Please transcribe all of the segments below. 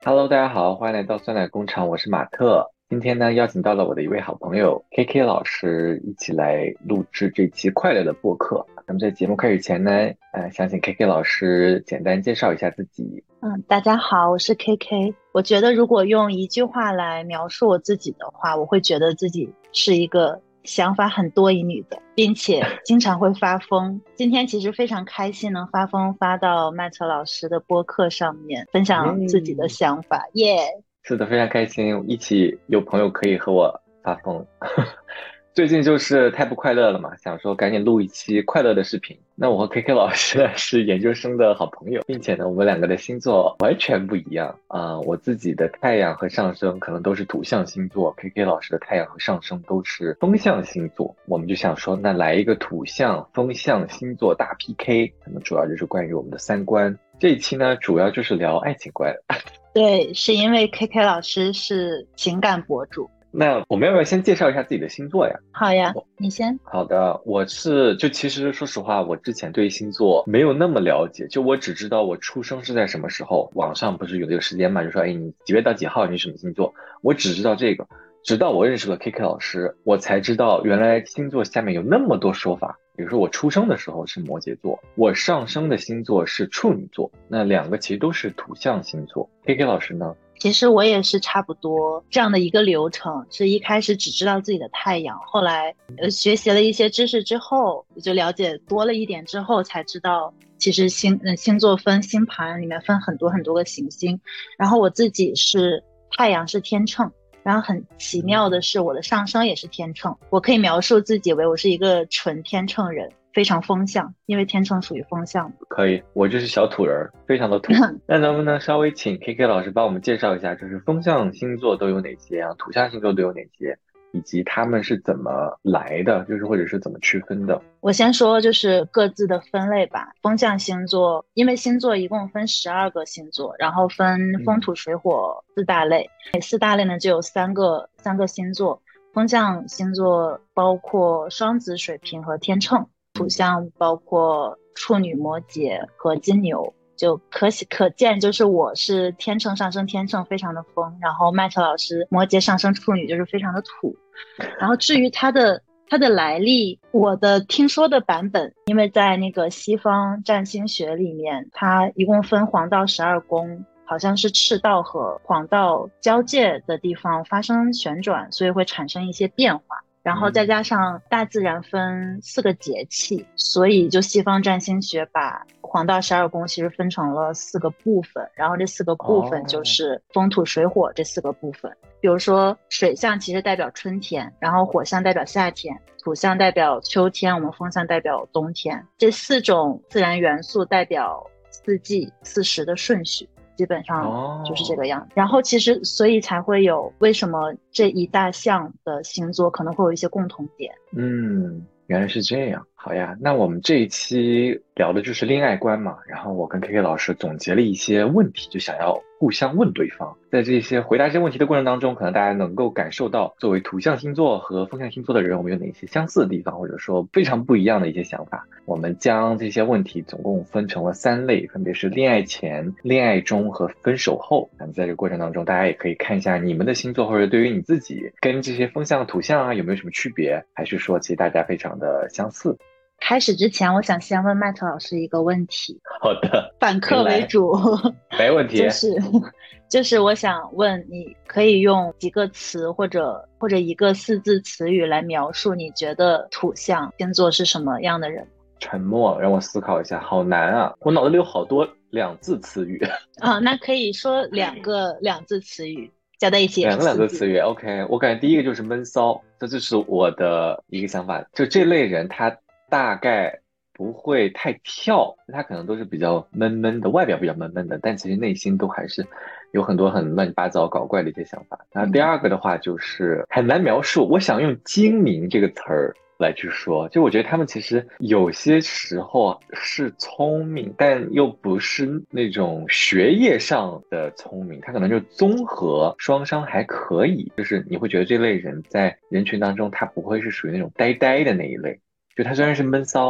Hello，大家好，欢迎来到酸奶工厂，我是马特。今天呢，邀请到了我的一位好朋友 KK 老师，一起来录制这期快乐的播客。那么在节目开始前呢，想请 KK 老师简单介绍一下自己。 大家好，我是 KK。我觉得如果用一句话来描述我自己的话，我会觉得自己是一个想法很多疑女的，并且经常会发疯。今天其实非常开心能发疯发到麦特老师的播客上面，分享自己的耶， 想法，耶、 是的，非常开心，一起有朋友可以和我发疯。最近就是太不快乐了嘛，想说赶紧录一期快乐的视频。那我和 KK 老师呢是研究生的好朋友，并且呢，我们两个的星座完全不一样我自己的太阳和上升可能都是土象星座，KK 老师的太阳和上升都是风象星座。我们就想说，那来一个土象、风象星座大 PK，那么主要就是关于我们的三观。这一期呢，主要就是聊爱情观。 对，是因为 KK 老师是情感博主。 那我们要不要先介绍一下自己的星座呀？ 好呀，你先。 好的，其实说实话，我之前对星座没有那么了解，就我只知道我出生是在什么时候，网上不是有这个时间嘛，就说哎你几月到几号你什么星座，我只知道这个，直到我认识了 KK 老师，我才知道原来星座下面有那么多说法。比如说我出生的时候是摩羯座，我上升的星座是处女座，那两个其实都是土象星座。KK 老师呢？ 其实我也是差不多这样的一个流程，是一开始只知道自己的太阳，后来学习了一些知识之后，就了解多了一点之后，才知道其实星座分星盘里面分很多很多个行星，然后我自己是太阳是天秤，然后很奇妙的是我的上升也是天秤，我可以描述自己为我是一个纯天秤人，非常风象，因为天秤属于风象。 可以，我就是小土人儿，非常的土。那能不能稍微请 KK 老师帮我们介绍一下，就是风象星座都有哪些啊？土象星座都有哪些？以及他们是怎么来的，就是或者是怎么区分的？ 我先说就是各自的分类吧。风象星座，因为星座一共分12个星座，然后分风嗯， 土水火四大类。每四大类呢就有三个星座。风象星座包括双子、水瓶和天秤，土象包括处女、摩羯和金牛。就可见，就是我是天秤上升天秤，非常的风，然后麦特老师摩羯上升处女，就是非常的土。然后至于它的来历，我的听说的版本，因为在那个西方占星学里面，它一共分黄道12宫，好像是赤道和黄道交界的地方发生旋转，所以会产生一些变化。然后再加上大自然分4个节气，所以就西方占星学把黄道12宫其实分成了4个部分，然后这4个部分就哦， 是风土水火这4个部分。比如说水象其实代表春天，然后火象代表夏天，土象代表秋天，我们风象代表冬天。这4种自然元素代表四季四时的顺序。基本上就是这哦， 个样子。然后其实所以才会有为什么这一大项的星座可能会有一些共同点。 原来是这样。好呀，那我们这一期聊的就是恋爱观嘛，然后我跟 KK 老师总结了一些问题，就想要互相问对方。在这些回答这些问题的过程当中，可能大家能够感受到，作为土象星座和风象星座的人，我们有哪些相似的地方，或者说非常不一样的一些想法。我们将这些问题总共分成了3类，分别是恋爱前、恋爱中和分手后。那么在这个过程当中，大家也可以看一下你们的星座，或者对于你自己跟这些风象、土象有没有什么区别，还是说其实大家非常的相似。 开始之前，我想先问麦特老师一个问题， 好的， 反客为您来， 主， 没问题。 就是就是我想问你，可以用几个词或者一个4字词语来描述你觉得土象星座是什么样的人沉默，让我思考一下，好难啊！我脑子里有好多2字词语， 啊？那可以说两字词语加在一起也两个两是四字。 字词语。OK，我感觉第一个就是闷骚，这就是我的一个想法。就这类人，他大概不会太跳，他可能都是比较闷闷的，外表比较闷闷的，但其实内心都还是有很多很乱七八糟、搞怪的一些想法。那第嗯。 二个的话，就是很难描述，我想用精明这个词儿来去说，就我觉得他们其实有些时候是聪明，但又不是那种学业上的聪明，他可能就综合双商还可以，就是你会觉得这类人在人群当中，他不会是属于那种呆呆的那一类，就他虽然是闷骚。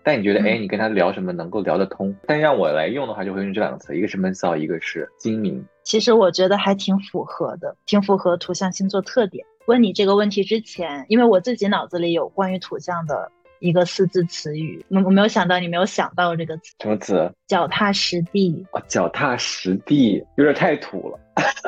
但你觉得，哎， 嗯， 你跟他聊什么能够聊得通？但让我来用的话，就会用这两个词，一个是闷骚，一个是精明。 其实我觉得还挺符合的，挺符合土象星座特点。问你这个问题之前，因为我自己脑子里有关于土象的一个四字词语，我没有想到你没有想到这个词， 什么词？ 脚踏实地。 哦，脚踏实地，有点太土了。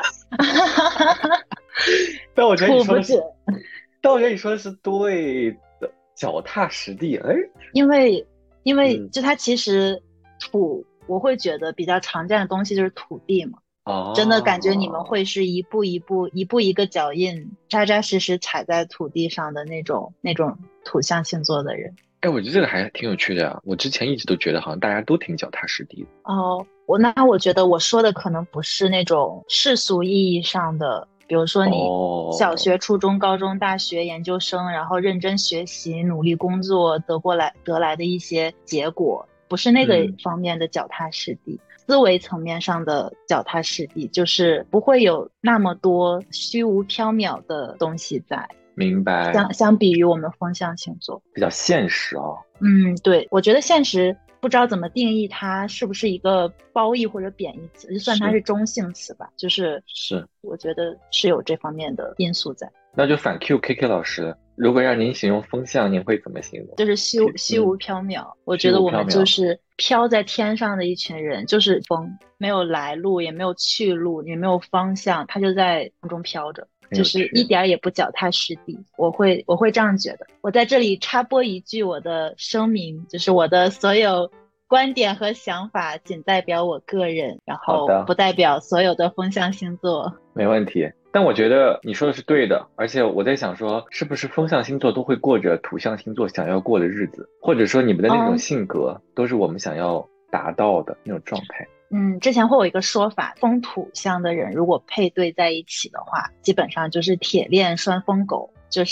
但我觉得你土不是， 说的是，但我觉得你说的是对的，脚踏实地。哎， 因为嗯， 就它其实土，我会觉得比较常见的东西就是土地嘛。真的感觉你们哦， 会是一步一步、一步一个脚印，扎扎实实踩在土地上的那种土象星座的人。 哎，我觉得这个还挺有趣的呀。我之前一直都觉得好像大家都挺脚踏实地的。 哦，那我觉得我说的可能不是那种世俗意义上的，比如说你小哦， 学、初中、高中、大学、研究生，然后认真学习、努力工作得来的一些结果，不是那个嗯， 方面的脚踏实地。思维层面上的脚踏实地，就是不会有那么多虚无缥缈的东西在。 明白， 相比于我们风象星座。 比较现实啊。 嗯，对，我觉得现实不知道怎么定义它是不是一个褒义或者贬义词，就算它是是中性词吧，就是是， 我觉得是有这方面的因素在， 那就反 Q KK 老师，如果让您形容风向，您会怎么形容？ 就是虚无缥缈。我虚觉得我们就无缥缈。 是飘在天上的一群人，就是风，没有来路，也没有去路，也没有方向，它就在空中飘着。就是一很有趣。 点儿也不脚踏实地，我会这样觉得。我在这里插播一句我的声明，就是我的所有观点和想法仅代表我个人，然后不好的， 代表所有的风象星座。 没问题。但我觉得你说的是对的，而且我在想说，是不是风象星座都会过着土象星座想要过的日子，或者说你们的那种嗯性格都是我们想要达到的那种状态。 嗯，之前会有一个说法，风土象的人如果配对在一起的话，基本上就是铁链拴疯狗，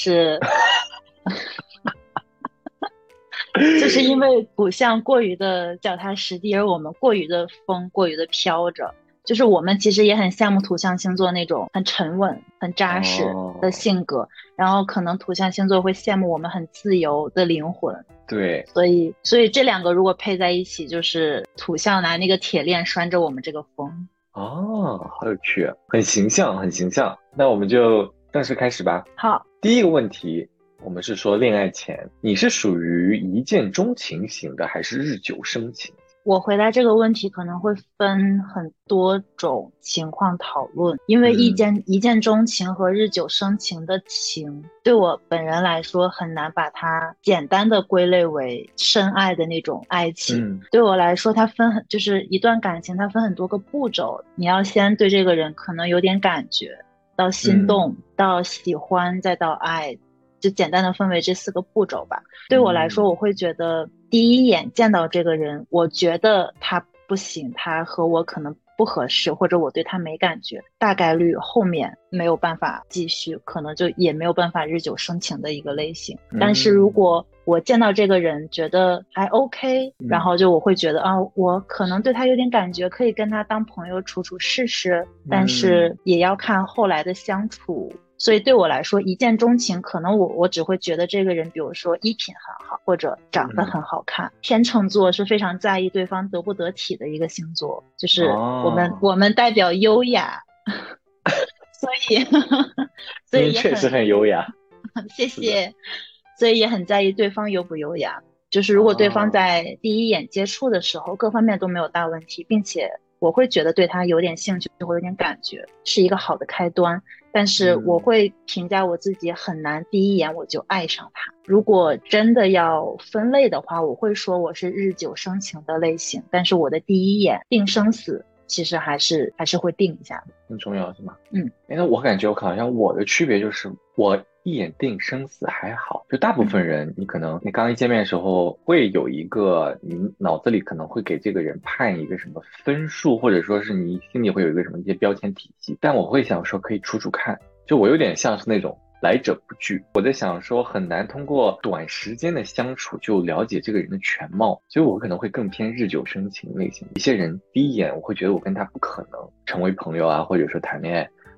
就是因为土象过于的脚踏实地，而我们过于的疯，过于的飘着。就是我们其实也很羡慕土象星座那种很沉稳、很扎实的哦， 性格，然后可能土象星座会羡慕我们很自由的灵魂。 对， 所以这两个如果配在一起，就是土象拿那个铁链拴着我们这个风。 哦，好有趣啊，很形象，很形象。那我们就正式开始吧。 好， 第一个问题，我们是说恋爱前，你是属于一见钟情型的，还是日久生情？ 我回答这个问题可能会分很多种情况讨论，因为嗯一见钟情和日久生情的情，对我本人来说很难把它简单的归类为深爱的那种爱情。 嗯对我来说，它就是一段感情，它分很多个步骤，你要先对这个人可能有点感觉，到心嗯动，到喜欢，再到爱，就简单的分为这四个步骤吧。对我来说， 嗯我会觉得第一眼见到这个人，我觉得他不行，他和我可能不合适，或者我对他没感觉，大概率后面没有办法继续，可能就也没有办法日久生情的一个类型。但是如嗯果我见到这个人觉得还 OK，然嗯后就我会觉得啊，我可能对他有点感觉，可以跟他当朋友处处试试，但嗯是也要看后来的相处。所以对我来说，一见钟情，可能我只会觉得这个人，比如说衣品很好，或者长得嗯， 很好看。天秤座是非常在意对方得不得体的一个星座，就是我们哦， 我们代表优雅，所以所以您确实也很很优雅。 谢是的， 谢，所以也很在意对方优不优雅。就是如果对方哦， 在第一眼接触的时候，各方面都没有大问题，并且我会觉得对他有点兴趣或有点感觉，是一个好的开端。但是我嗯会评价我自己很难第一眼我就爱上他。如果真的要分类的话，我会说我是日久生情的类型，但是我的第一眼定生死，其实还是会定一下的。 很重要是吗？ 嗯因为我感觉我好像我的区别就是我一眼定生死还好，就大部分嗯人你可能你刚一见面的时候会有一个你脑子里可能会给这个人判一个什么分数，或者说是你心里会有一个什么一些标签体系，但我会想说可以处处看，就我有点像是那种来者不拒。我在想说很难通过短时间的相处就了解这个人的全貌，所以我可能会更偏日久生情类型。一些人第一眼我会觉得我跟他不可能成为朋友啊，或者说谈恋爱。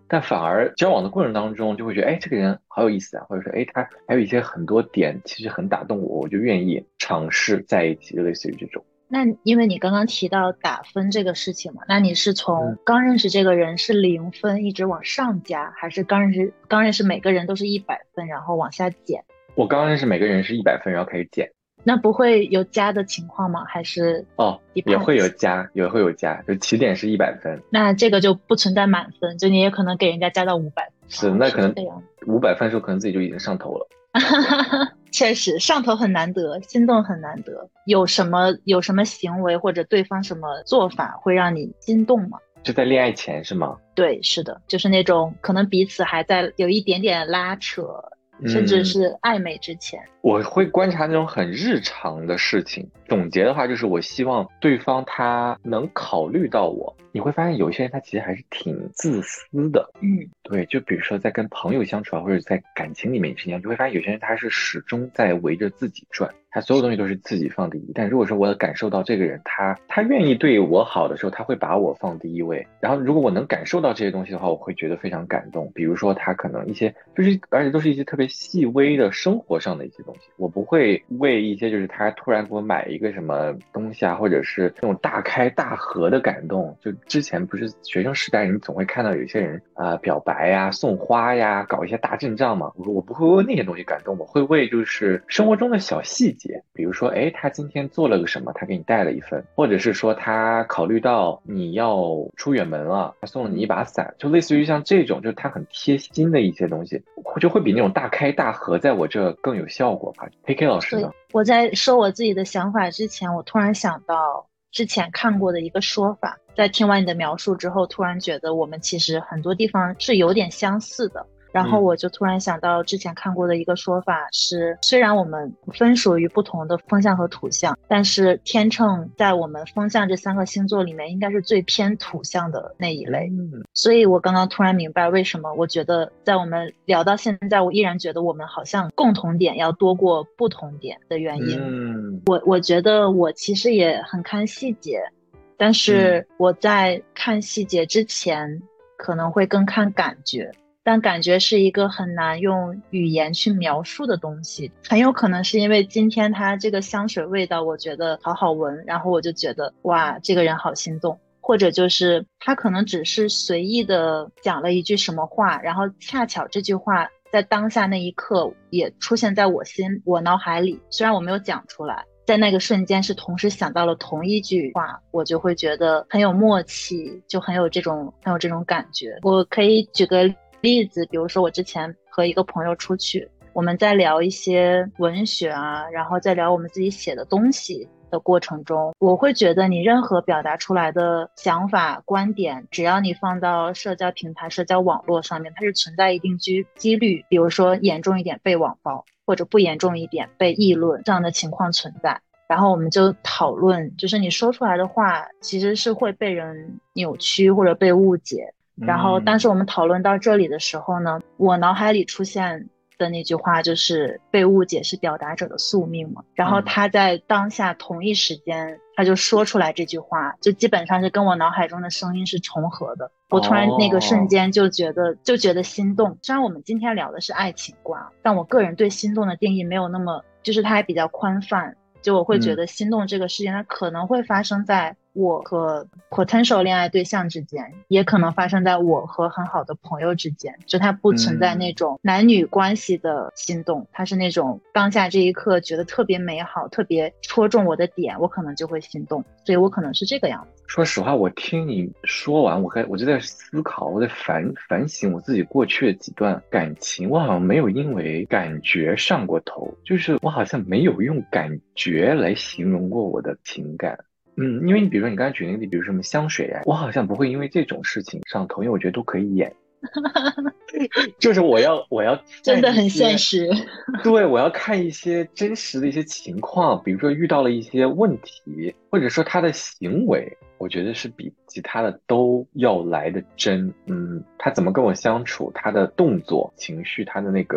但反而交往的过程当中就会觉得，哎，这个人好有意思啊，或者说，哎，他还有一些很多点其实很打动我，我就愿意尝试在一起，就类似于这种。 那因为你刚刚提到打分这个事情嘛，那你是嗯， 从刚认识这个人是0分一直往上加，还是刚认识每个人都是100分，然后往下减？ 我刚认识每个人是100分，然后开始减。 那不会有加的情况吗？还是哦，也会有 depends？ 加，也会有加，就起点是100分。 那这个就不存在满分，就你也可能给人家加到500分。 是， 哦， 那可能是这个样子。 500分的时候，可能自己就已经上头了。 确实，上头很难得，心动很难得。有什么行为或者对方什么做法会让你心动吗？ 就在恋爱前是吗？ 对，是的，就是那种可能彼此还在有一点点拉扯，甚至嗯， 是暧昧之前。 我会观察那种很日常的事情。总结的话，就是我希望对方他能考虑到我。你会发现有一些人他其实还是挺自私的。 嗯， 对，就比如说在跟朋友相处啊，或者在感情里面也是一样，就会发现有些人他是始终在围着自己转，他所有东西都是自己放第一。但如果说我感受到这个人他愿意对我好的时候，他会把我放第一位。然后如果我能感受到这些东西的话，我会觉得非常感动。比如说他可能一些就是而且都是一些特别细微的生活上的一些东西，我不会为一些就是他突然给我买一个什么东西啊，或者是那种大开大合的感动。就之前不是学生时代，你总会看到有一些人表白呀、送花呀、搞一些大阵仗嘛。我不会为那些东西感动，我会为就是生活中的小细节，比如说，哎，他今天做了个什么，他给你带了一份，或者是说他考虑到你要出远门了，他送了你一把伞，就类似于像这种，就是他很贴心的一些东西，就会比那种大开大合在我这更有效果吧。AK 老师呢？ 对，我在说我自己的想法之前，我突然想到之前看过的一个说法，在听完你的描述之后，突然觉得我们其实很多地方是有点相似的。然后嗯我就突然想到之前看过的一个说法是，虽然我们分属于不同的风象和土象，但是天秤在我们风象这3个星座里面应该是最偏土象的那一类。 嗯所以我刚刚突然明白为什么我觉得在我们聊到现在，我依然觉得我们好像共同点要多过不同点的原因。 嗯我觉得我其实也很看细节，但嗯是我在看细节之前可能会更看感觉。但感觉是一个很难用语言去描述的东西，很有可能是因为今天它这个香水味道我觉得好好闻，然后我就觉得哇，这个人好心动。或者就是他可能只是随意的讲了一句什么话，然后恰巧这句话在当下那一刻也出现在我脑海里，虽然我没有讲出来，在那个瞬间是同时想到了同一句话，我就会觉得很有默契，就很有这种感觉。我可以举个例子，比如说我之前和一个朋友出去，我们在聊一些文学啊，然后在聊我们自己写的东西的过程中，我会觉得你任何表达出来的想法、观点，只要你放到社交平台、社交网络上面，它是存在一定几率，比如说严重一点被网暴，或者不严重一点被议论这样的情况存在。然后我们就讨论，就是你说出来的话其实是会被人扭曲或者被误解。然后当时嗯， 我们讨论到这里的时候呢，我脑海里出现的那句话就是被误解是表达者的宿命嘛。然后嗯他在当下同一时间他就说出来这句话，就基本上是跟我脑海中的声音是重合的。我突然那个瞬哦， 间就觉得心动。虽然我们今天聊的是爱情观，但我个人对心动的定义没有那么，就是它还比较宽泛。就我会觉嗯得心动这个事情，它可能会发生在我和 potential 恋爱对象之间，也可能发生在我和很好的朋友之间。就它不存在那嗯。 种男女关系的心动，它是那种当下这一刻觉得特别美好，特别戳中我的点，我可能就会心动。所以我可能是这个样子。 说实话，我听你说完，我就在思考，我在反省我自己过去的几段感情，我好像没有因为感觉上过头，就是我好像没有用感觉来形容过我的情感。因为你比如说你刚才举那个例，比如什么香水呀，我好像不会因为这种事情上头，因为我觉得都可以演。就是我要看真的很现一些， 实。 对，我要看一些真实的一些情况，比如说遇到了一些问题，或者说他的行为，我觉得是比其他的都要来的真。他怎么跟我相处，他的动作、情绪，他的那个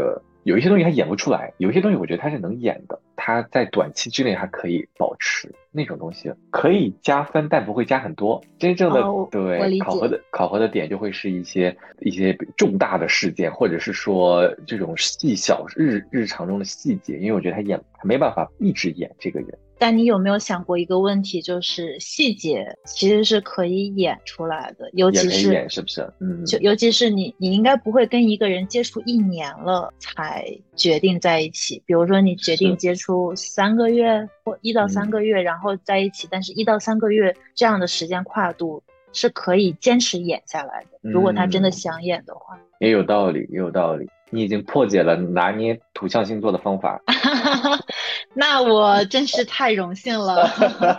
有一些东西他演不出来，有一些东西我觉得他是能演的，他在短期之内还可以保持那种东西，可以加分，但不会加很多。真正的我对理解。 考核的点就会是一些重大的事件，或者是说这种细小日常中的细节，因为我觉得他没办法一直演这个人。 但你有没有想过一个问题，就是细节其实是可以演出来的，尤也其是可以演，是不是？ 尤其是你应该不会跟一个人接触1年了才决定在一起，比如说你决定是， 接触3个月或1到3个月，然后在一起，但是1到3个月这样的时间跨度是可以坚持演下来的，如果他真的嗯， 想演的话。 也有道理，也有道理。你已经破解了拿捏土象星座的方法。 那我真是太荣幸了。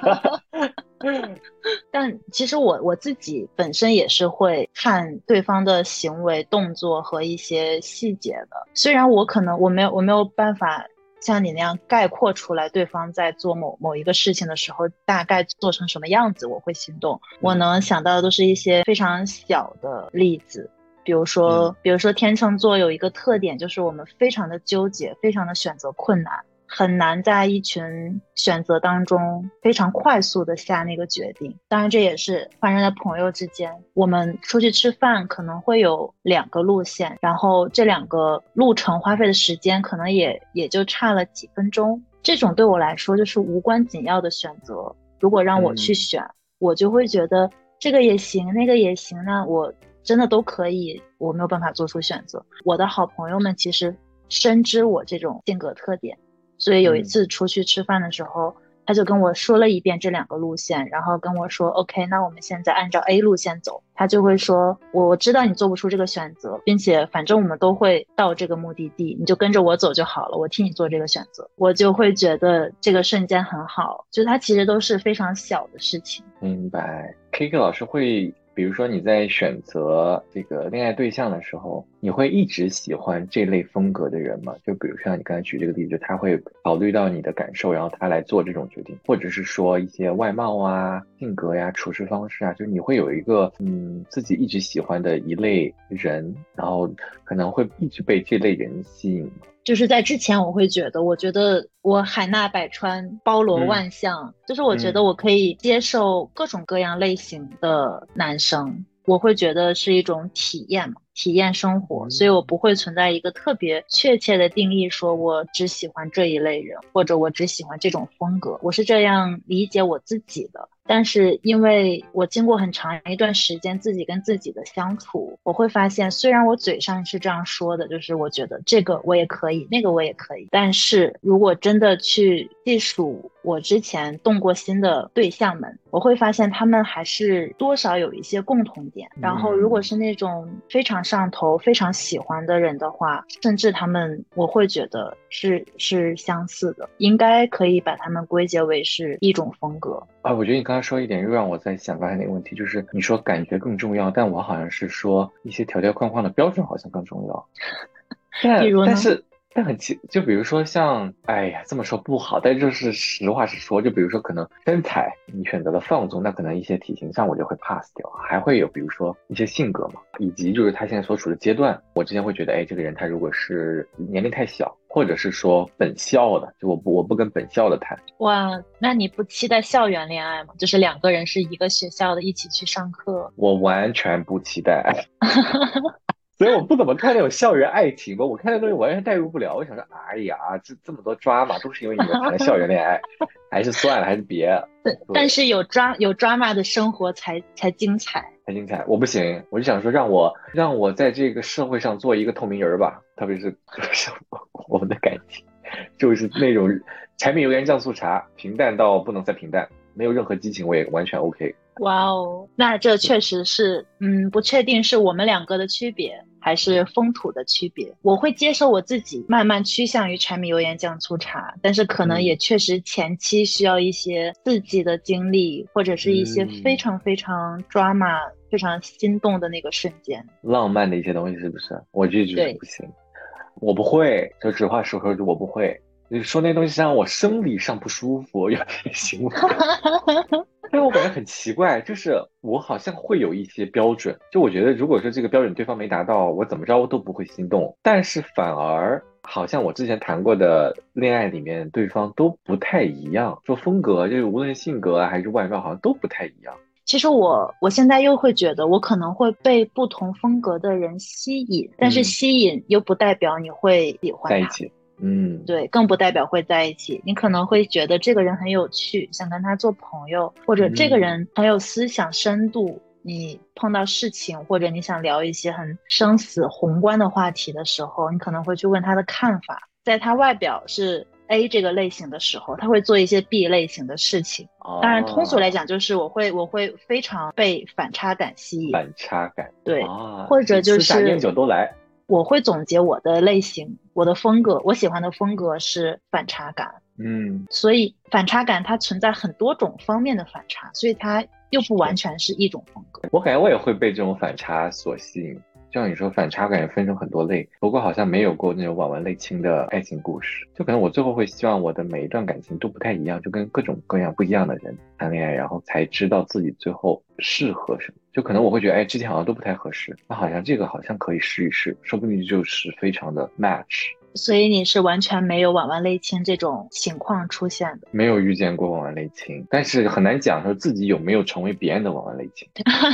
但其实我自己本身也是会看对方的行为动作和一些细节的，虽然我可能我没有办法像你那样概括出来对方在做某一个事情的时候大概做成什么样子我会心动，我能想到的都是一些非常小的例子。比如说天秤座有一个特点，就是我们非常的纠结，非常的选择困难，很难在一群选择当中非常快速的下那个决定。当然这也是发生在朋友之间，我们出去吃饭可能会有2个路线，然后这2个路程花费的时间可能也就差了几分钟，这种对我来说就是无关紧要的选择，如果让我去嗯选，我就会觉得这个也行那个也行，那我真的都可以，我没有办法做出选择。我的好朋友们其实深知我这种性格特点，所以有一嗯。 次出去吃饭的时候，他就跟我说了一遍这2个路线，然后跟我说 OK， 那我们现在按照 A 路线走。他就会说我知道你做不出这个选择，并且反正我们都会到这个目的地，你就跟着我走就好了，我替你做这个选择。我就会觉得这个瞬间很好，就它其实都是非常小的事情。 明白。K 老师会，比如说你在选择这个恋爱对象的时候，你会一直喜欢这类风格的人吗？就比如像你刚才举这个例子，就他会考虑到你的感受，然后他来做这种决定，或者是说一些外貌啊、性格呀、处事方式啊，就你会有一个自己一直喜欢的一类人，然后可能会一直被这类人吸引吗？ 就是在之前我会觉得，我觉得我海纳百川，包罗嗯万象，就是我觉得嗯我可以接受各种各样类型的男生，我会觉得是一种体验嘛，体验生活，所以我嗯不会存在一个特别确切的定义，说我只喜欢这一类人，或者我只喜欢这种风格，我是这样理解我自己的。但是因为我经过很长一段时间自己跟自己的相处，我会发现虽然我嘴上是这样说的，就是我觉得这个我也可以，那个我也可以，但是如果真的去细数我之前动过心的对象们，我会发现他们还是多少有一些共同点。然后如果嗯。 是那种非常上头非常喜欢的人的话，甚至他们我会觉得是相似的，应该可以把他们归结为是一种风格。 啊，我觉得你刚才说一点，又让我在想刚才那个问题，就是你说感觉更重要，但我好像是说一些条条框框的标准好像更重要。但比如呢？ 但是但很奇，就比如说像，哎呀，这么说不好，但就是实话实说，就比如说可能身材你选择了放纵，那可能一些体型上我就会 pass 掉，还会有比如说一些性格嘛，以及就是他现在所处的阶段，我之前会觉得，哎，这个人他如果是年龄太小，或者是说本校的，就我不跟本校的谈。 哇，那你不期待校园恋爱吗？就是2个人是一个学校的，一起去上课。 我完全不期待。所以我不怎么看那种校园爱情吧，我看那东西完全代入不了。我想说，哎呀，这么多抓马都是因为你们谈的校园恋爱，还是算了，还是别。对， 但是有 drama 的生活才精彩。 太精彩，我不行，我就想说让我在这个社会上做一个透明人儿吧，特别是就是我们的感情，就是那种柴米油盐酱醋茶，平淡到不能再平淡，没有任何激情，我也完全 OK。 哇哦，那这确实是，不确定是我们2个的区别，还是风土的区别。我会接受我自己慢慢趋向于柴米油盐酱醋茶，但是可能也嗯确实前期需要一些刺激的经历，或者是一些非嗯， 常非常 drama、非常心动的那个瞬间。 浪漫的一些东西是不是？我这就是对。 不行。我不会，就实话实说，我不会。你说那东西让我生理上不舒服，有点行为。但是我感觉很奇怪，就是我好像会有一些标准，就我觉得如果说这个标准对方没达到，我怎么着都不会心动。但是反而好像我之前谈过的恋爱里面，对方都不太一样，说风格就是无论性格啊还是外表，好像都不太一样。 其实我现在又会觉得，我可能会被不同风格的人吸引，但是嗯， 吸引又不代表你会喜欢他。 在一起。嗯对，更不代表会在一起。你可能会觉得这个人很有趣，想跟他做朋友，或者这个嗯， 人很有思想深度。你碰到事情，或者你想聊一些很生死宏观的话题的时候，你可能会去问他的看法。在他外表是 A 这个类型的时候，他会做一些 B 类型的事情。当然，通俗来哦， 讲，就是我会非常被反差感吸引。 反差感对， 啊， 或者就就吃下烟是酒都来。 我会总结我的类型，我的风格，我喜欢的风格是反差感。 嗯， 所以反差感它存在很多种方面的反差，所以它又不完是。 全是一种风格。 我感觉我也会被这种反差所吸引。就像你说，反差感也分成很多类，不过好像没有过那种婉婉类清的爱情故事。就可能我最后会希望我的每一段感情都不太一样，就跟各种各样不一样的人谈恋爱，然后才知道自己最后适合什么。就可能我会觉得，哎，之前好像都不太合适，那好像这个好像可以试一试，说不定就是非常的 match。 所以你是完全没有婉婉类清这种情况出现的。 没有遇见过婉婉类清，但是很难讲说自己有没有成为别人的婉婉类清。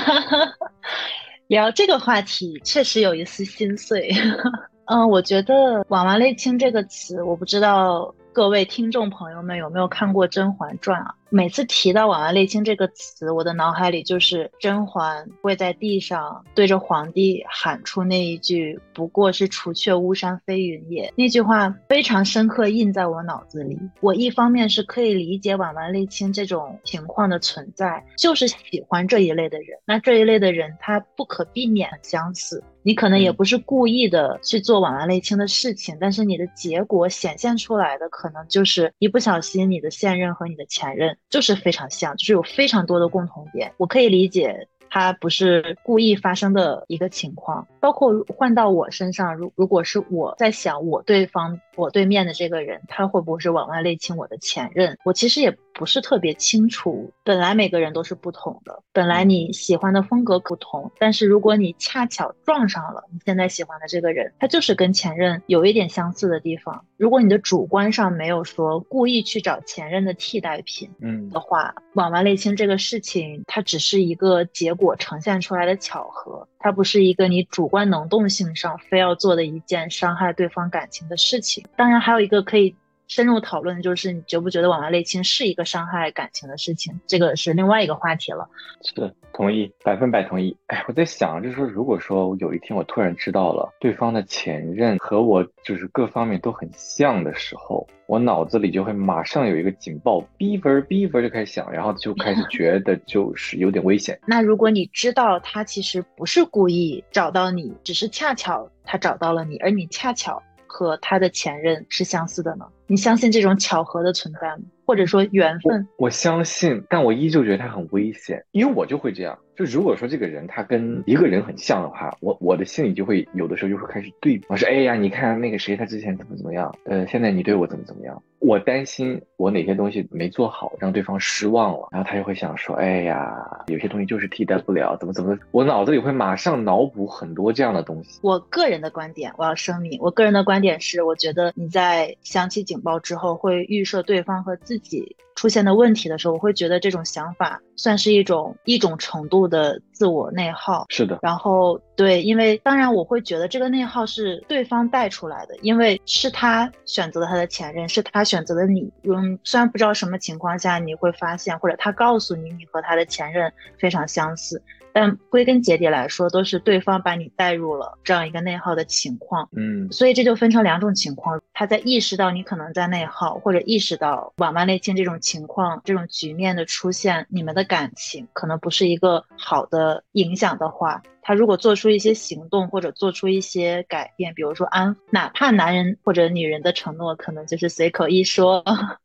聊这个话题确实有一丝心碎。我觉得“婉婉类清”这个词，我不知道各位听众朋友们有没有看过《甄嬛传》啊？每次提到“婉婉类清”这个词，我的脑海里就是甄嬛跪在地上对着皇帝喊出那一句“不过是除却巫山飞云也”，那句话非常深刻印在我脑子里。我一方面是可以理解婉婉类清这种情况的存在，就是喜欢这一类的人。那这一类的人，他不可避免很相似。你可能也嗯， 不是故意的去做婉婉类清的事情，但是你的结果显现出来的可能就是一不小心你的现任和你的前任就是非常像，就是有非常多的共同点。我可以理解它不是故意发生的一个情况，包括换到我身上，如果是我在想我对面的这个人，他会不会是婉婉类清我的前任，我其实也不是特别清楚。本来每个人都是不同的，本来嗯， 你喜欢的风格不同，但是如果你恰巧撞上了你现在喜欢的这个人，他就是跟前任有一点相似的地方。如果你的主观上没有说故意去找前任的替代品嗯， 的话，婉婉类清这个事情，它只是一个结果呈现出来的巧合，它不是一个你主观能动性上非要做的一件伤害对方感情的事情。当然，还有一个可以深入讨论的就是你觉不觉得婉婉类清是一个伤害感情的事情，这个是另外一个话题了。 是同意，100%同意。哎，我在想，就是说，如果说有一天我突然知道了对方的前任和我就是各方面都很像的时候，我脑子里就会马上有一个警报，beaver 就开始响，然后就开始觉得就是有点危险。 那如果你知道他其实不是故意找到你，只是恰巧他找到了你，而你恰巧和他的前任是相似的呢？你相信这种巧合的存在吗？或者说缘分？ 我相信，但我依旧觉得他很危险，因为我就会这样。就如果说这个人他跟一个人很像的话，我的心里就会有的时候就会开始对比。我说，哎呀，你看那个谁，他之前怎么样，现在你对我怎么样？我担心我哪些东西没做好，让对方失望了，然后他就会想说，哎呀，有些东西就是替代不了，怎么，我脑子里会马上脑补很多这样的东西。 我个人的观点，我要声明，我个人的观点是，我觉得你在响起警报之后，会预设对方和自己出现的问题的时候，我会觉得这种想法算是一种程度的自我内耗。 是的， 然后对，因为当然我会觉得这个内耗是对方带出来的，因为是他选择了他的前任，是他选择了你。虽然不知道什么情况下你会发现，或者他告诉你你和他的前任非常相似，但归根结底来说，都是对方把你带入了这样一个内耗的情况。 嗯， 所以这就分成两种情况，他在意识到你可能在内耗，或者意识到婉婉类清这种情况、这种局面的出现，你们的感情可能不是一个好的影响的话，他如果做出一些行动或者做出一些改变，比如说哪怕男人或者女人的承诺可能就是随口一说，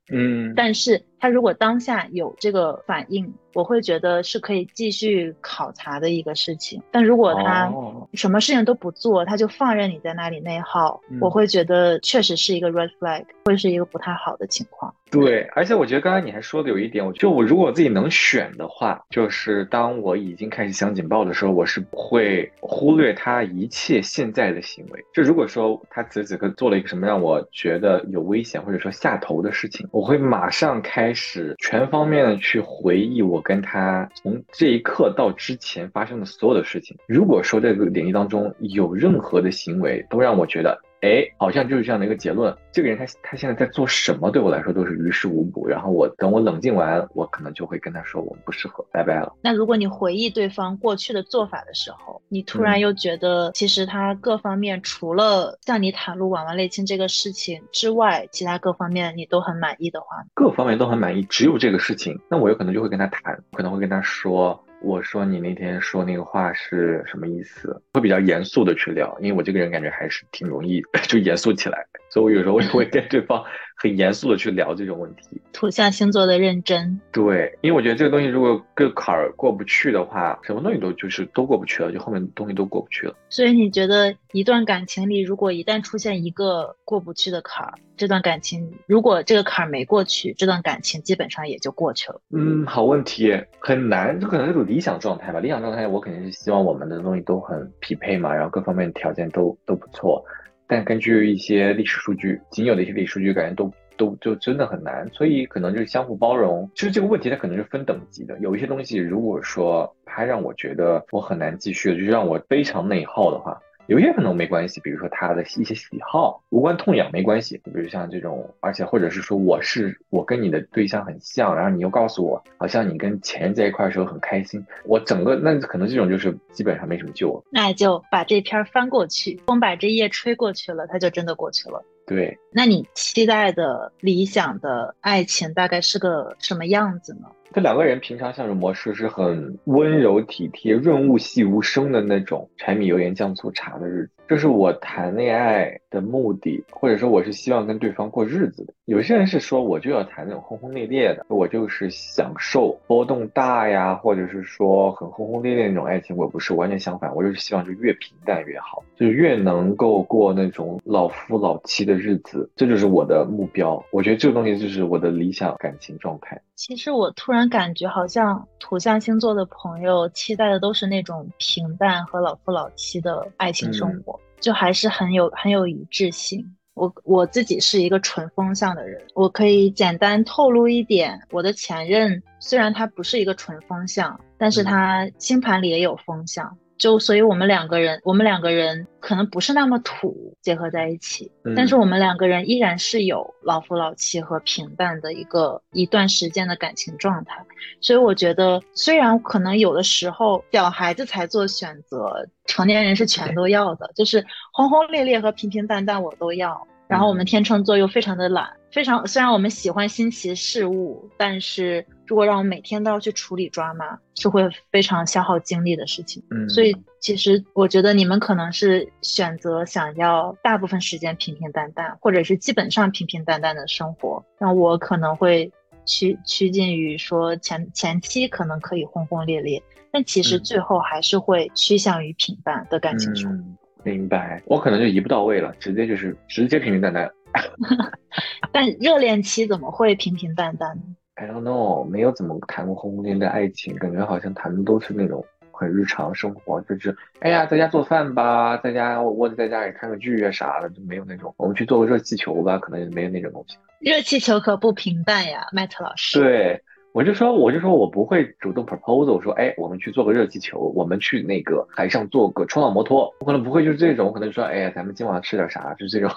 嗯， 但是他如果当下有这个反应，我会觉得是可以继续考察的一个事情。但如果他哦， 什么事情都不做，他就放任你在那里内耗，我嗯。 会觉得确实是一个 red flag，会是一个不太好的情况。 对，而且我觉得刚才你还说的有一点，我如果自己能选的话，就是当我已经开始响警报的时候，我是不会忽略他一切现在的行为。就如果说他此时此刻做了一个什么让我觉得有危险或者说下头的事情，我会马上开始全方面的去回忆我跟他从这一刻到之前发生的所有的事情。如果说这个领域当中有任何的行为都让我觉得，哎，好像就是这样的一个结论。这个人他现在在做什么，对我来说都是于事无补。然后等我冷静完，我可能就会跟他说我们不适合，拜拜了。 那如果你回忆对方过去的做法的时候，你突然嗯， 又觉得其实他各方面除了向你袒露婉婉泪亲这个事情之外，其他各方面你都很满意的话， 各方面都很满意，只有这个事情，那我有可能就会跟他谈，可能会跟他说。我说你那天说那个话是什么意思？会比较严肃的去聊，因为我这个人感觉还是挺容易就严肃起来，所以我有时候也会跟对方很严肃的去聊这种问题。 土象星座的认真。 对，因为我觉得这个东西如果这个坎儿过不去的话，什么东西都过不去了，就后面东西都过不去了。 所以你觉得一段感情里，如果一旦出现一个过不去的坎儿，这段感情如果这个坎儿没过去，这段感情基本上也就过去了。 嗯，好问题，很难，这可能是个理想状态吧。理想状态，我肯定是希望我们的东西都很匹配嘛，然后各方面条件都不错。但根据一些历史数据，仅有的一些历史数据，感觉都就真的很难。所以可能就是相互包容。其实这个问题它可能是分等级的，有一些东西如果说它让我觉得我很难继续，就是让我非常内耗的话。有些可能没关系，比如说他的一些喜好无关痛痒没关系，比如像这种，而且或者是说我跟你的对象很像，然后你又告诉我，好像你跟前任在一块的时候很开心，我整个那可能这种就是基本上没什么救了。 那就把这篇翻过去，风把这页吹过去了，它就真的过去了。 对， 那你期待的理想的爱情大概是个什么样子呢？ 这两个人平常相处模式是很温柔体贴、润物细无声的那种柴米油盐酱醋茶的日子，这是我谈恋爱的目的，或者说我是希望跟对方过日子的。有些人是说我就要谈那种轰轰烈烈的，我就是享受波动大呀，或者是说很轰轰烈烈那种爱情，我不是，完全相反，我就是希望就越平淡越好，就是越能够过那种老夫老妻的日子，这就是我的目标。我觉得这个东西就是我的理想感情状态。 其实我突然感觉好像土象星座的朋友期待的都是那种平淡和老夫老妻的爱情生嗯活，就还是很有一致性。我自己是一个纯风象的人，我可以简单透露一点，我的前任虽然他不是一个纯风象，但是嗯他星盘里也有风象，就所以我们两个人可能不是那么土结合在一起，但是嗯我们两个人依然是有老夫老妻和平淡的一段时间的感情状态。所以我觉得，虽然可能有的时候小孩子才做选择，成年人是全都要的，就是轰轰烈烈和平平淡淡我都要。然后我们嗯天秤座又非常的懒，非常虽然我们喜欢新奇事物，但是如果让我们每天都要去处理抓马，是会非常消耗精力的事情。所以嗯其实我觉得你们可能是选择想要大部分时间平平淡淡，或者是基本上平平淡淡的生活。那我可能会趋近于说前期可能可以轰轰烈烈，但其实嗯最后还是会趋向于平淡的感情生活。 嗯，明白。我可能就一步到位了，直接平平淡淡。 但热恋期怎么会平平淡淡呢？ I don't know，没有怎么谈过轰轰烈烈的爱情，感觉好像谈的都是那种很日常生活，就是哎呀，在家做饭吧，在家窝着在家里看个剧啊啥的，就没有那种我们去做个热气球吧，可能也没有那种东西。 热气球可不平淡呀，麦特老师。 对，我就说我不会主动 proposal 说，哎，我们去做个热气球，我们去那个海上做个冲浪摩托，我可能不会就是这种，我可能说，哎呀，咱们今晚吃点啥，就是这种，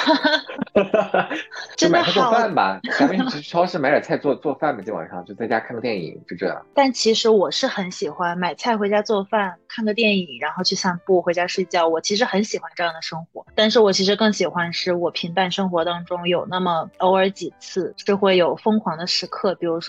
就买菜做真的好， 饭吧，咱们去超市买点菜做饭吧，今晚上就在家看个电影，就这样。 但其实我是很喜欢买菜回家做饭，看个电影，然后去散步，回家睡觉。我其实很喜欢这样的生活，但是我其实更喜欢是我平淡生活当中有那么偶尔几次是会有疯狂的时刻，比如说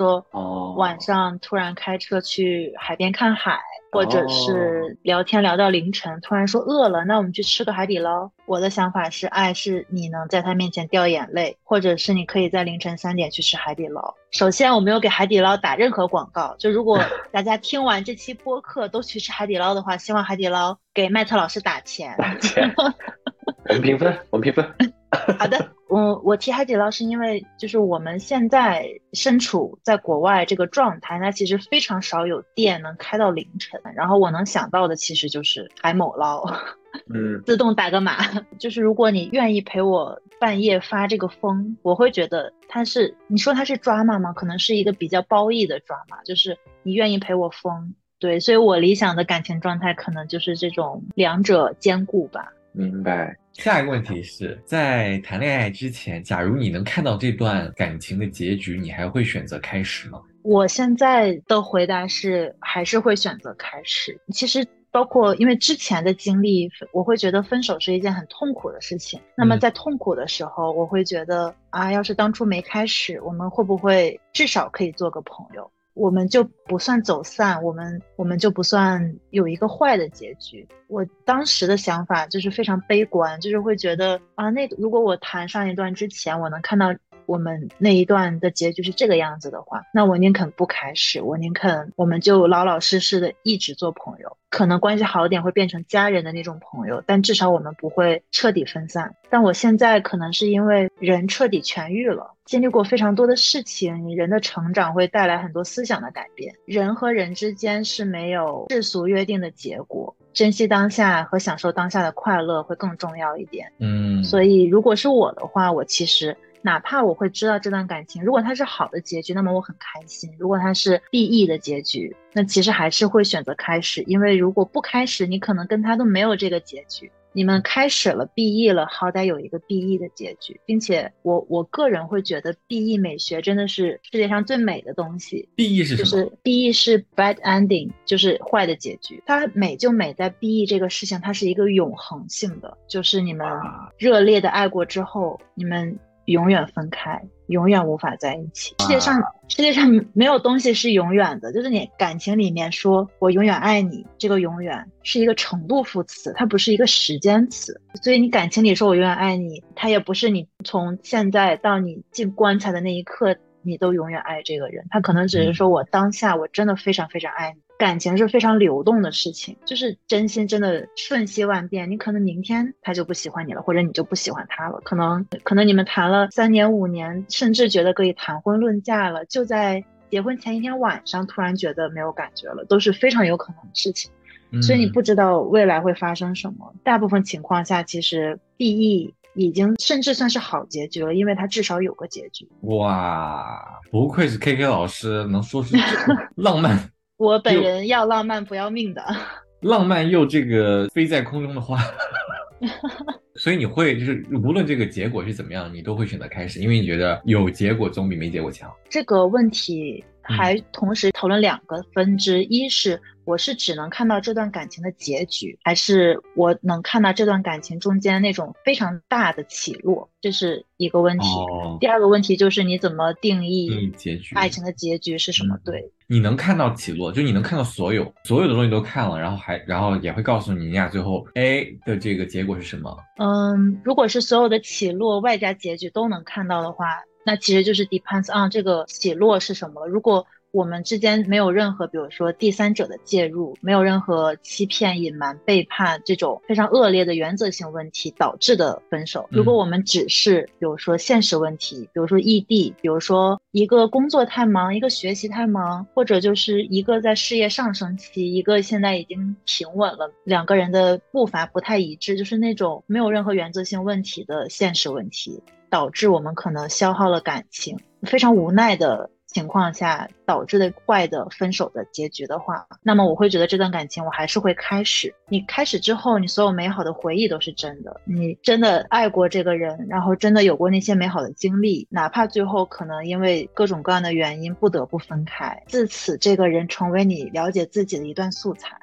晚上突然开车去海边看海，或者哦， 是聊天聊到凌晨，突然说饿了，那我们去吃个海底捞。我的想法是，爱是你能在他面前掉眼泪，或者是你可以在凌晨3点去吃海底捞。首先，我没有给海底捞打任何广告，就如果大家听完这期播客都去吃海底捞的话，希望海底捞给麦特老师打钱。 打钱，我们评分，我们评分。 好的，我提海底捞是因为就是我们现在身处在国外这个状态，那其实非常少有店能开到凌晨，然后我能想到的其实就是海某捞，自动打个码。就是如果你愿意陪我半夜发这个疯，我会觉得你说它是抓马吗？可能是一个比较褒义的抓马，就是你愿意陪我疯。对，所以我理想的感情状态可能就是这种两者兼顾吧。 明白。 下一个问题是在谈恋爱之前，假如你能看到这段感情的结局，你还会选择开始吗？ 我现在的回答是还是会选择开始。其实包括因为之前的经历，我会觉得分手是一件很痛苦的事情。那么在痛苦的时候，我会觉得要是当初没开始，我们会不会至少可以做个朋友？我们就不算走散，我们就不算有一个坏的结局。我当时的想法就是非常悲观，就是会觉得如果我谈上一段之前，我能看到我们那一段的结局是这个样子的话，那我宁肯不开始，我宁肯我们就老老实实的一直做朋友，可能关系好一点会变成家人的那种朋友，但至少我们不会彻底分散。但我现在可能是因为人彻底痊愈了，经历过非常多的事情，人的成长会带来很多思想的改变，人和人之间是没有世俗约定的结果，珍惜当下和享受当下的快乐会更重要一点。所以如果是我的话，我其实哪怕我会知道这段感情如果它是好的结局，那么我很开心，如果它是 BE 的结局，那其实还是会选择开始。因为如果不开始，你可能跟他都没有这个结局，你们开始了 BE 了，好歹有一个 BE 的结局。并且我个人会觉得 BE 美学真的是世界上最美的东西。 BE 是什么？ 就是 BE 是 bad ending， 就是坏的结局。它美就美在 BE 这个事情，它是一个永恒性的，就是你们热烈的爱过之后，你们永远分开，永远无法在一起。世界上没有东西是永远的，就是你感情里面说我永远爱你，这个永远是一个程度副词，它不是一个时间词。所以你感情里说我永远爱你，它也不是你从现在到你进棺材的那一刻你都永远爱这个人，他可能只是说我当下我真的非常非常爱你。感情是非常流动的事情，就是真心真的瞬息万变，你可能明天他就不喜欢你了，或者你就不喜欢他了，可能你们谈了3年5年，甚至觉得可以谈婚论嫁了，就在结婚前一天晚上突然觉得没有感觉了，都是非常有可能的事情。所以你不知道未来会发生什么，大部分情况下其实 BE 已经甚至算是好结局了，因为它至少有个结局。 哇，不愧是 KK 老师，能说出这么浪漫我本人要浪漫不要命的， 浪漫又这个飞在空中的话所以你会就是无论这个结果是怎么样，你都会选择开始，因为你觉得有结果总比没结果强。 这个问题还同时讨论2个分支，一是我是只能看到这段感情的结局，还是我能看到这段感情中间那种非常大的起落，这是一个问题。第二个问题就是你怎么定义结局， 爱情的结局是什么？对， 你能看到起落，就你能看到所有的东西都看了，然后也会告诉你俩最后 A 的这个结果是什么。 如果是所有的起落外加结局都能看到的话，那其实就是 depends on 这个起落是什么了。如果我们之间没有任何比如说第三者的介入，没有任何欺骗隐瞒背叛这种非常恶劣的原则性问题导致的分手，如果我们只是比如说现实问题，比如说异地，比如说一个工作太忙，一个学习太忙，或者就是一个在事业上升期，一个现在已经平稳了，两个人的步伐不太一致，就是那种没有任何原则性问题的现实问题，导致我们可能消耗了感情，非常无奈的情况下导致的坏的分手的结局的话，那么我会觉得这段感情我还是会开始。你开始之后，你所有美好的回忆都是真的，你真的爱过这个人，然后真的有过那些美好的经历，哪怕最后可能因为各种各样的原因不得不分开，自此这个人成为你了解自己的一段素材。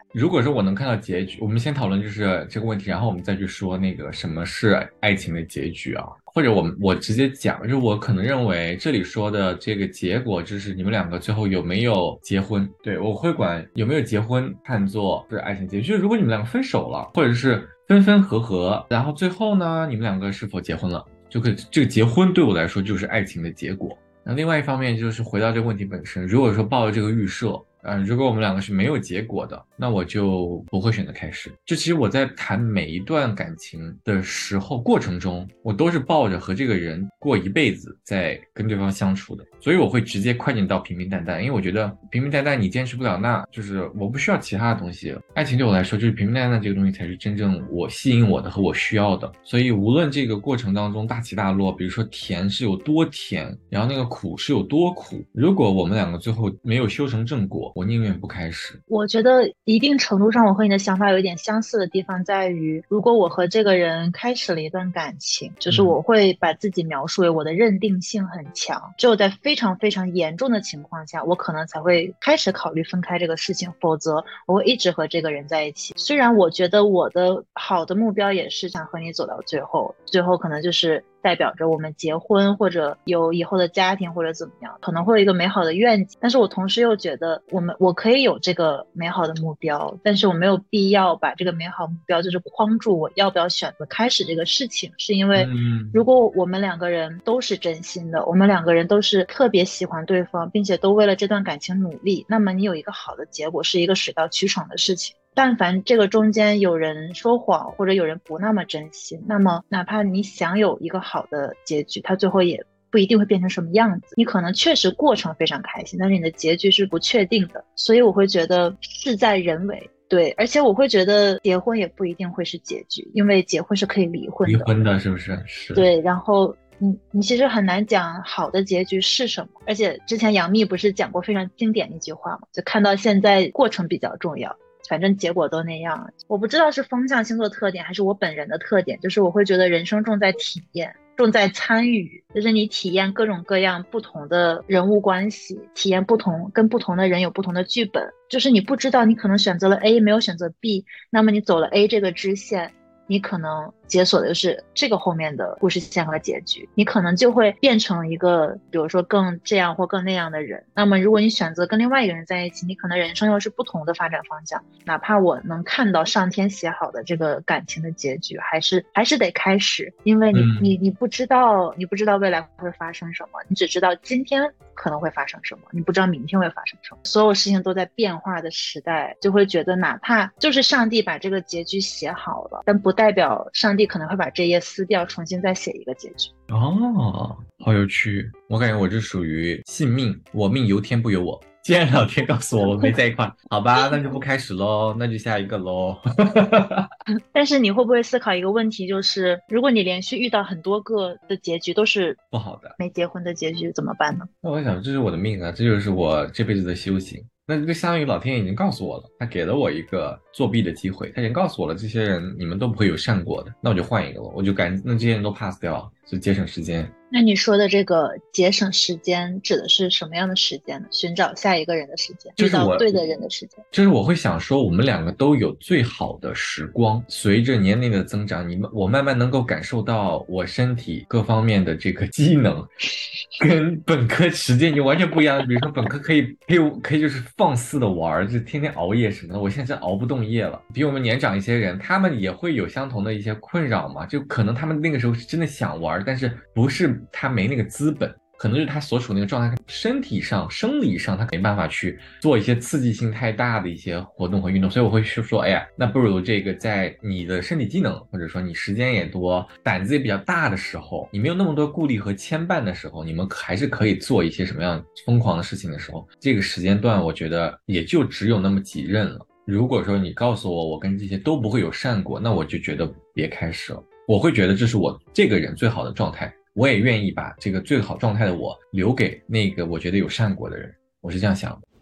如果说我能看到结局，我们先讨论就是这个问题，然后我们再去说那个什么是爱情的结局啊，或者我直接讲，就是我可能认为这里说的这个结果就是你们两个最后有没有结婚，对，我会管有没有结婚看作是爱情结局，就是如果你们两个分手了，或者是分分合合，然后最后呢你们两个是否结婚了，就可以这个结婚对我来说就是爱情的结果。那另外一方面就是回到这个问题本身，如果说抱着这个预设，如果我们两个是没有结果的，那我就不会选择开始。就其实我在谈每一段感情的时候，过程中，我都是抱着和这个人过一辈子在跟对方相处的，所以我会直接快进到平平淡淡，因为我觉得平平淡淡你坚持不了，那就是我不需要其他的东西。爱情对我来说，就是平平淡淡这个东西才是真正我吸引我的和我需要的。所以无论这个过程当中大起大落，比如说甜是有多甜，然后那个苦是有多苦，如果我们两个最后没有修成正果，我宁愿不开始。 我觉得一定程度上我和你的想法有一点相似的地方在于，如果我和这个人开始了一段感情，就是我会把自己描述为我的认定性很强，只有在非常非常严重的情况下，我可能才会开始考虑分开这个事情，否则我会一直和这个人在一起。虽然我觉得我的好的目标也是想和你走到最后，最后可能就是代表着我们结婚或者有以后的家庭或者怎么样，可能会有一个美好的愿景，但是我同时又觉得我可以有这个美好的目标，但是我没有必要把这个美好目标就是框住我要不要选择开始这个事情，是因为如果我们两个人都是真心的，我们两个人都是特别喜欢对方，并且都为了这段感情努力，那么你有一个好的结果是一个水到渠成的事情。但凡这个中间有人说谎或者有人不那么真心，那么哪怕你想有一个好的结局，它最后也不一定会变成什么样子。你可能确实过程非常开心，但是你的结局是不确定的，所以我会觉得事在人为。对，而且我会觉得结婚也不一定会是结局，因为结婚是可以离婚的。 离婚的是不是？是。 对，然后你其实很难讲好的结局是什么，而且之前杨幂不是讲过非常经典的一句话吗？就看到现在过程比较重要，反正结果都那样。我不知道是风象星座特点还是我本人的特点，就是我会觉得人生重在体验，重在参与，就是你体验各种各样不同的人物关系，体验跟不同的人有不同的剧本，就是你不知道你可能选择了 A 没有选择 B， 那么你走了 A 这个支线，你可能解锁的就是这个后面的故事线和结局，你可能就会变成一个比如说更这样或更那样的人。那么如果你选择跟另外一个人在一起，你可能人生又是不同的发展方向。哪怕我能看到上天写好的这个感情的结局，还是得开始，因为你不知道未来会发生什么，你只知道今天可能会发生什么，你不知道明天会发生什么。所有事情都在变化的时代，就会觉得哪怕就是上帝把这个结局写好了，但不代表上帝可能会把这页撕掉，重新再写一个结局。 哦，好有趣！我感觉我这属于信命，我命由天不由我。既然老天告诉我没在一块，好吧，那就不开始咯，那就下一个咯。 但是你会不会思考一个问题，就是如果你连续遇到很多个的结局都是不好的， 没结婚的结局怎么办呢？ 那我想这是我的命啊，这就是我这辈子的修行。那就相当于老天爷已经告诉我了，他给了我一个作弊的机会，他已经告诉我了，这些人你们都不会有善果的，那我就换一个了，我就那这些人都 pass 掉，就节省时间。 那你说的这个节省时间指的是什么样的时间呢？寻找下一个人的时间，遇到对的人的时间。 就是我会想说，我们两个都有最好的时光。随着年龄的增长，我慢慢能够感受到我身体各方面的这个机能，跟本科时间已经完全不一样了。比如说本科可以就是放肆的玩，就天天熬夜什么的。我现在真熬不动夜了。比我们年长一些人，他们也会有相同的一些困扰嘛，就可能他们那个时候是真的想玩，但是不是他没那个资本，可能就是他所处那个状态，身体上、生理上他没办法去做一些刺激性太大的一些活动和运动，所以我会说，哎呀，那不如这个在你的身体机能或者说你时间也多、胆子也比较大的时候，你没有那么多顾虑和牵绊的时候，你们还是可以做一些什么样疯狂的事情的时候，这个时间段我觉得也就只有那么几任了。如果说你告诉我跟这些都不会有善果，那我就觉得别开始了。我会觉得这是我这个人最好的状态，我也愿意把这个最好状态的我留给那个我觉得有善果的人，我是这样想的。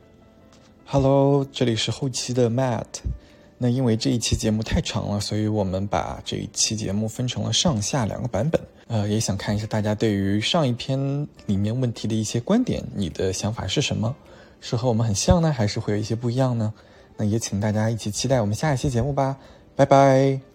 Hello， 这里是后期的 Matt。那因为这一期节目太长了，所以我们把这一期节目分成了上下两个版本。也想看一下大家对于上一篇里面问题的一些观点，你的想法是什么？是和我们很像呢，还是会有一些不一样呢？ 那也请大家一起期待我们下一期节目吧，拜拜。